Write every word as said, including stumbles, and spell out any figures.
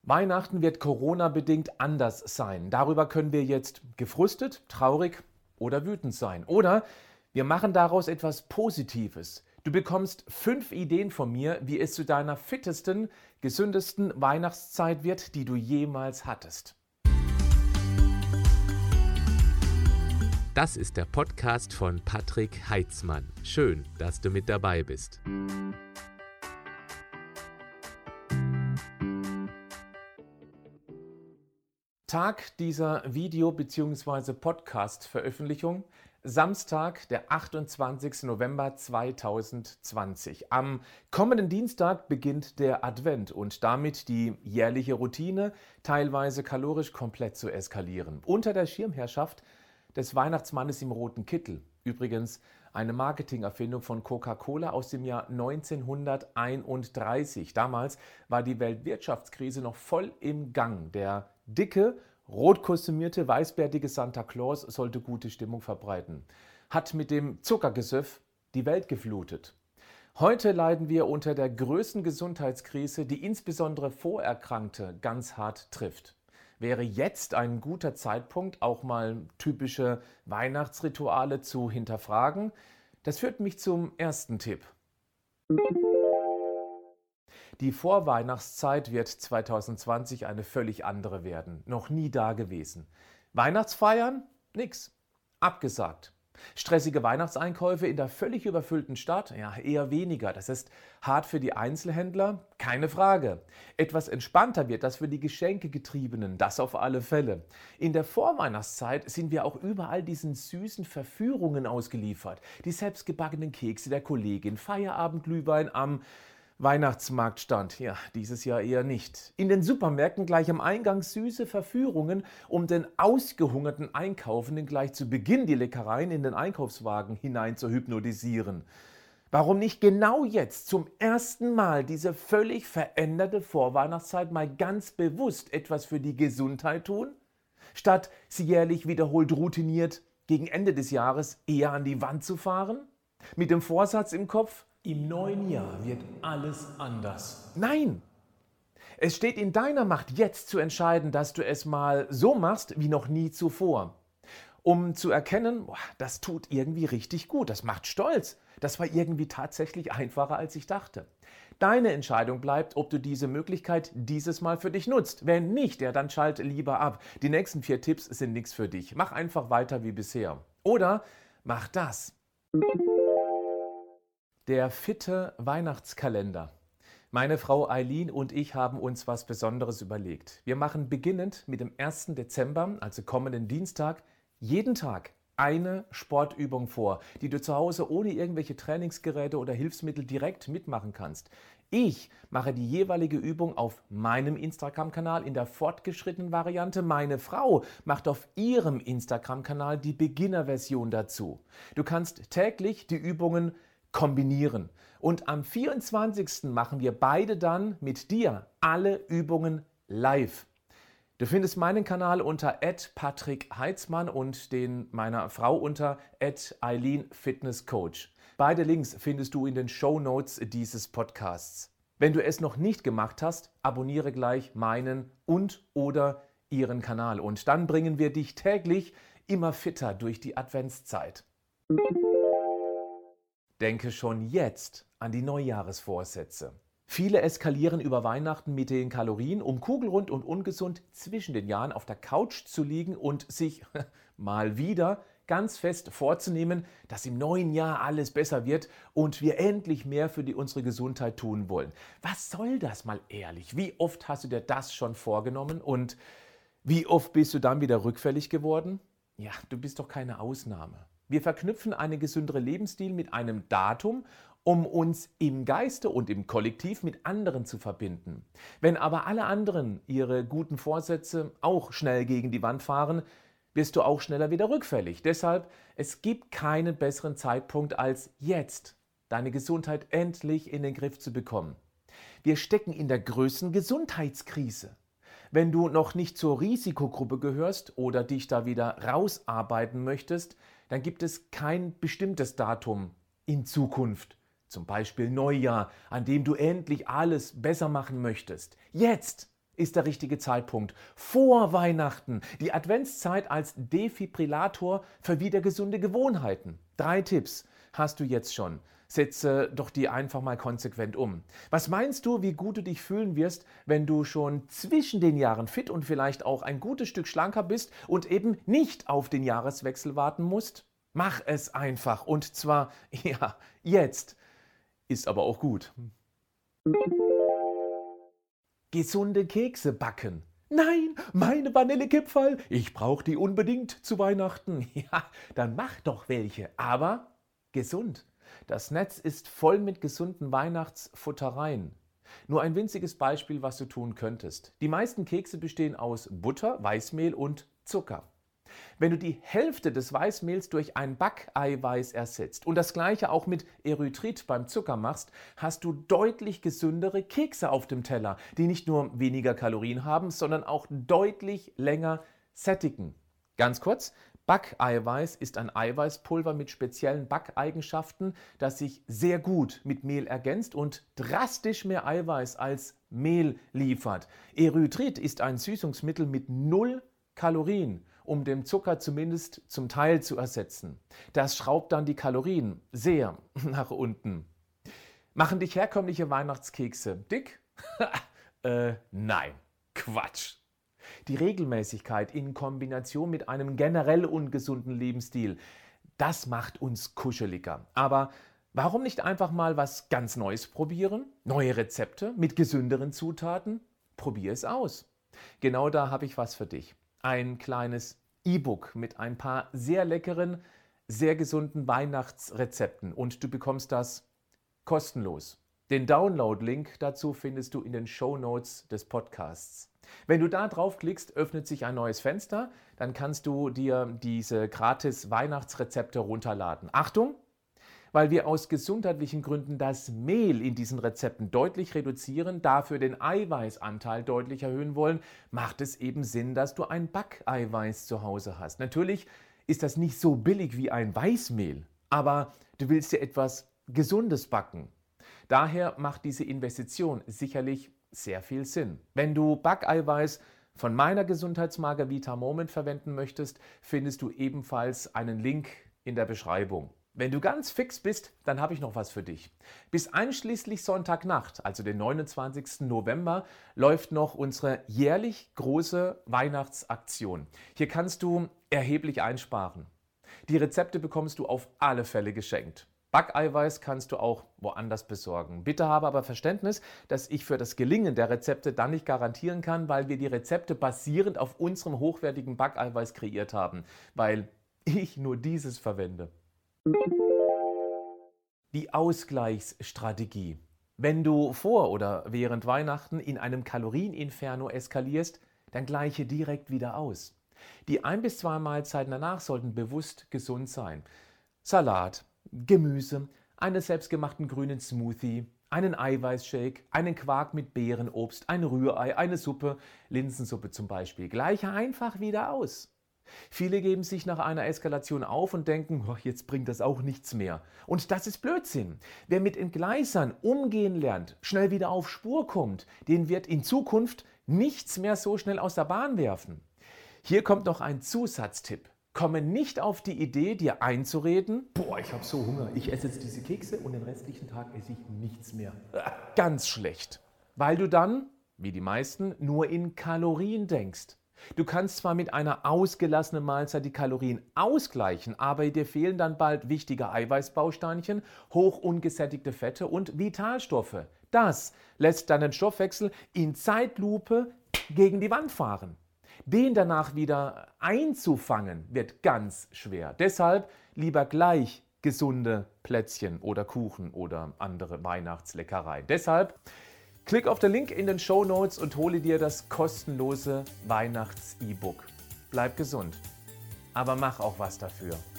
Weihnachten wird Corona-bedingt anders sein. Darüber können wir jetzt gefrustet, traurig oder wütend sein. Oder wir machen daraus etwas Positives. Du bekommst fünf Ideen von mir, wie es zu deiner fittesten, gesündesten Weihnachtszeit wird, die du jemals hattest. Das ist der Podcast von Patrick Heitzmann. Schön, dass du mit dabei bist. Tag dieser Video- bzw. Podcast-Veröffentlichung, Samstag, der achtundzwanzigster November zweitausendzwanzig. Am kommenden Dienstag beginnt der Advent und damit die jährliche Routine, teilweise kalorisch komplett zu eskalieren. Unter der Schirmherrschaft des Weihnachtsmannes im roten Kittel. Übrigens eine Marketingerfindung von Coca-Cola aus dem Jahr neunzehnhunderteinunddreißig. Damals war die Weltwirtschaftskrise noch voll im Gang. Der dicke, rot kostümierte, weißbärtige Santa Claus sollte gute Stimmung verbreiten. Hat mit dem Zuckergesöff die Welt geflutet. Heute leiden wir unter der größten Gesundheitskrise, die insbesondere Vorerkrankte ganz hart trifft. Wäre jetzt ein guter Zeitpunkt, auch mal typische Weihnachtsrituale zu hinterfragen? Das führt mich zum ersten Tipp. Die Vorweihnachtszeit wird zweitausendzwanzig eine völlig andere werden. Noch nie dagewesen. Weihnachtsfeiern? Nix. Abgesagt. Stressige Weihnachtseinkäufe in der völlig überfüllten Stadt? Ja, eher weniger. Das ist hart für die Einzelhändler? Keine Frage. Etwas entspannter wird das für die Geschenkegetriebenen, das auf alle Fälle. In der Vorweihnachtszeit sind wir auch überall diesen süßen Verführungen ausgeliefert. Die selbstgebackenen Kekse der Kollegin, Feierabendglühwein am Weihnachtsmarktstand, ja, dieses Jahr eher nicht. In den Supermärkten gleich am Eingang süße Verführungen, um den ausgehungerten Einkaufenden gleich zu Beginn die Leckereien in den Einkaufswagen hinein zu hypnotisieren. Warum nicht genau jetzt zum ersten Mal diese völlig veränderte Vorweihnachtszeit mal ganz bewusst etwas für die Gesundheit tun? Statt sie jährlich wiederholt routiniert gegen Ende des Jahres eher an die Wand zu fahren? Mit dem Vorsatz im Kopf, im neuen Jahr wird alles anders. Nein! Es steht in deiner Macht, jetzt zu entscheiden, dass du es mal so machst wie noch nie zuvor. Um zu erkennen, boah, das tut irgendwie richtig gut, das macht stolz. Das war irgendwie tatsächlich einfacher, als ich dachte. Deine Entscheidung bleibt, ob du diese Möglichkeit dieses Mal für dich nutzt. Wenn nicht, ja, dann schalt lieber ab. Die nächsten vier Tipps sind nichts für dich. Mach einfach weiter wie bisher. Oder mach das. Der fitte Weihnachtskalender. Meine Frau Eileen und ich haben uns was Besonderes überlegt. Wir machen beginnend mit dem ersten Dezember, also kommenden Dienstag, jeden Tag eine Sportübung vor, die du zu Hause ohne irgendwelche Trainingsgeräte oder Hilfsmittel direkt mitmachen kannst. Ich mache die jeweilige Übung auf meinem Instagram-Kanal in der fortgeschrittenen Variante. Meine Frau macht auf ihrem Instagram-Kanal die Beginner-Version dazu. Du kannst täglich die Übungen kombinieren. Und am vierundzwanzigsten machen wir beide dann mit dir alle Übungen live. Du findest meinen Kanal unter at patrick heitzmann und den meiner Frau unter at eileen fitness coach. Beide Links findest du in den Shownotes dieses Podcasts. Wenn du es noch nicht gemacht hast, abonniere gleich meinen und oder ihren Kanal und dann bringen wir dich täglich immer fitter durch die Adventszeit. Denke schon jetzt an die Neujahresvorsätze. Viele eskalieren über Weihnachten mit den Kalorien, um kugelrund und ungesund zwischen den Jahren auf der Couch zu liegen und sich mal wieder ganz fest vorzunehmen, dass im neuen Jahr alles besser wird und wir endlich mehr für die, unsere Gesundheit tun wollen. Was soll das mal ehrlich? Wie oft hast du dir das schon vorgenommen und wie oft bist du dann wieder rückfällig geworden? Ja, du bist doch keine Ausnahme. Wir verknüpfen einen gesünderen Lebensstil mit einem Datum, um uns im Geiste und im Kollektiv mit anderen zu verbinden. Wenn aber alle anderen ihre guten Vorsätze auch schnell gegen die Wand fahren, wirst du auch schneller wieder rückfällig. Deshalb, es gibt keinen besseren Zeitpunkt als jetzt, deine Gesundheit endlich in den Griff zu bekommen. Wir stecken in der größten Gesundheitskrise. Wenn du noch nicht zur Risikogruppe gehörst oder dich da wieder rausarbeiten möchtest, dann gibt es kein bestimmtes Datum in Zukunft, zum Beispiel Neujahr, an dem du endlich alles besser machen möchtest. Jetzt ist der richtige Zeitpunkt. Vor Weihnachten. Die Adventszeit als Defibrillator für wieder gesunde Gewohnheiten. Drei Tipps hast du jetzt schon. Setze doch die einfach mal konsequent um. Was meinst du, wie gut du dich fühlen wirst, wenn du schon zwischen den Jahren fit und vielleicht auch ein gutes Stück schlanker bist und eben nicht auf den Jahreswechsel warten musst? Mach es einfach und zwar, ja, jetzt. Ist aber auch gut. Gesunde Kekse backen. Nein, meine Vanillekipferl, ich brauche die unbedingt zu Weihnachten. Ja, dann mach doch welche, aber gesund. Das Netz ist voll mit gesunden Weihnachtsfuttereien. Nur ein winziges Beispiel, was du tun könntest. Die meisten Kekse bestehen aus Butter, Weißmehl und Zucker. Wenn du die Hälfte des Weißmehls durch ein Backeiweiß ersetzt und das gleiche auch mit Erythrit beim Zucker machst, hast du deutlich gesündere Kekse auf dem Teller, die nicht nur weniger Kalorien haben, sondern auch deutlich länger sättigen. Ganz kurz, Backeiweiß ist ein Eiweißpulver mit speziellen Backeigenschaften, das sich sehr gut mit Mehl ergänzt und drastisch mehr Eiweiß als Mehl liefert. Erythrit ist ein Süßungsmittel mit null Kalorien, um den Zucker zumindest zum Teil zu ersetzen. Das schraubt dann die Kalorien sehr nach unten. Machen dich herkömmliche Weihnachtskekse dick? äh, nein, Quatsch. Die Regelmäßigkeit in Kombination mit einem generell ungesunden Lebensstil, das macht uns kuscheliger. Aber warum nicht einfach mal was ganz Neues probieren? Neue Rezepte mit gesünderen Zutaten? Probier es aus. Genau da habe ich was für dich. Ein kleines E-Book mit ein paar sehr leckeren, sehr gesunden Weihnachtsrezepten und du bekommst das kostenlos. Den Download-Link dazu findest du in den Shownotes des Podcasts. Wenn du da draufklickst, öffnet sich ein neues Fenster, dann kannst du dir diese gratis Weihnachtsrezepte runterladen. Achtung! Weil wir aus gesundheitlichen Gründen das Mehl in diesen Rezepten deutlich reduzieren, dafür den Eiweißanteil deutlich erhöhen wollen, macht es eben Sinn, dass du ein Backeiweiß zu Hause hast. Natürlich ist das nicht so billig wie ein Weißmehl, aber du willst dir etwas Gesundes backen. Daher macht diese Investition sicherlich sehr viel Sinn. Wenn du Backeiweiß von meiner Gesundheitsmarke Vita Moment verwenden möchtest, findest du ebenfalls einen Link in der Beschreibung. Wenn du ganz fix bist, dann habe ich noch was für dich. Bis einschließlich Sonntagnacht, also den neunundzwanzigsten November, läuft noch unsere jährlich große Weihnachtsaktion. Hier kannst du erheblich einsparen. Die Rezepte bekommst du auf alle Fälle geschenkt. Backeiweiß kannst du auch woanders besorgen. Bitte habe aber Verständnis, dass ich für das Gelingen der Rezepte dann nicht garantieren kann, weil wir die Rezepte basierend auf unserem hochwertigen Backeiweiß kreiert haben, weil ich nur dieses verwende. Die Ausgleichsstrategie. Wenn du vor oder während Weihnachten in einem Kalorieninferno eskalierst, dann gleiche direkt wieder aus. Die ein bis zwei Mahlzeiten danach sollten bewusst gesund sein. Salat, Gemüse, einen selbstgemachten grünen Smoothie, einen Eiweißshake, einen Quark mit Beerenobst, ein Rührei, eine Suppe, Linsensuppe zum Beispiel. Gleiche einfach wieder aus. Viele geben sich nach einer Eskalation auf und denken, oh, jetzt bringt das auch nichts mehr. Und das ist Blödsinn. Wer mit Entgleisern umgehen lernt, schnell wieder auf Spur kommt, den wird in Zukunft nichts mehr so schnell aus der Bahn werfen. Hier kommt noch ein Zusatztipp. Komme nicht auf die Idee, dir einzureden, boah, ich habe so Hunger, ich esse jetzt diese Kekse und den restlichen Tag esse ich nichts mehr. Ganz schlecht. Weil du dann, wie die meisten, nur in Kalorien denkst. Du kannst zwar mit einer ausgelassenen Mahlzeit die Kalorien ausgleichen, aber dir fehlen dann bald wichtige Eiweißbausteinchen, hoch ungesättigte Fette und Vitalstoffe. Das lässt deinen Stoffwechsel in Zeitlupe gegen die Wand fahren. Den danach wieder einzufangen, wird ganz schwer. Deshalb lieber gleich gesunde Plätzchen oder Kuchen oder andere Weihnachtsleckereien. Deshalb klick auf den Link in den Shownotes und hole dir das kostenlose Weihnachts-E-Book. Bleib gesund, aber mach auch was dafür.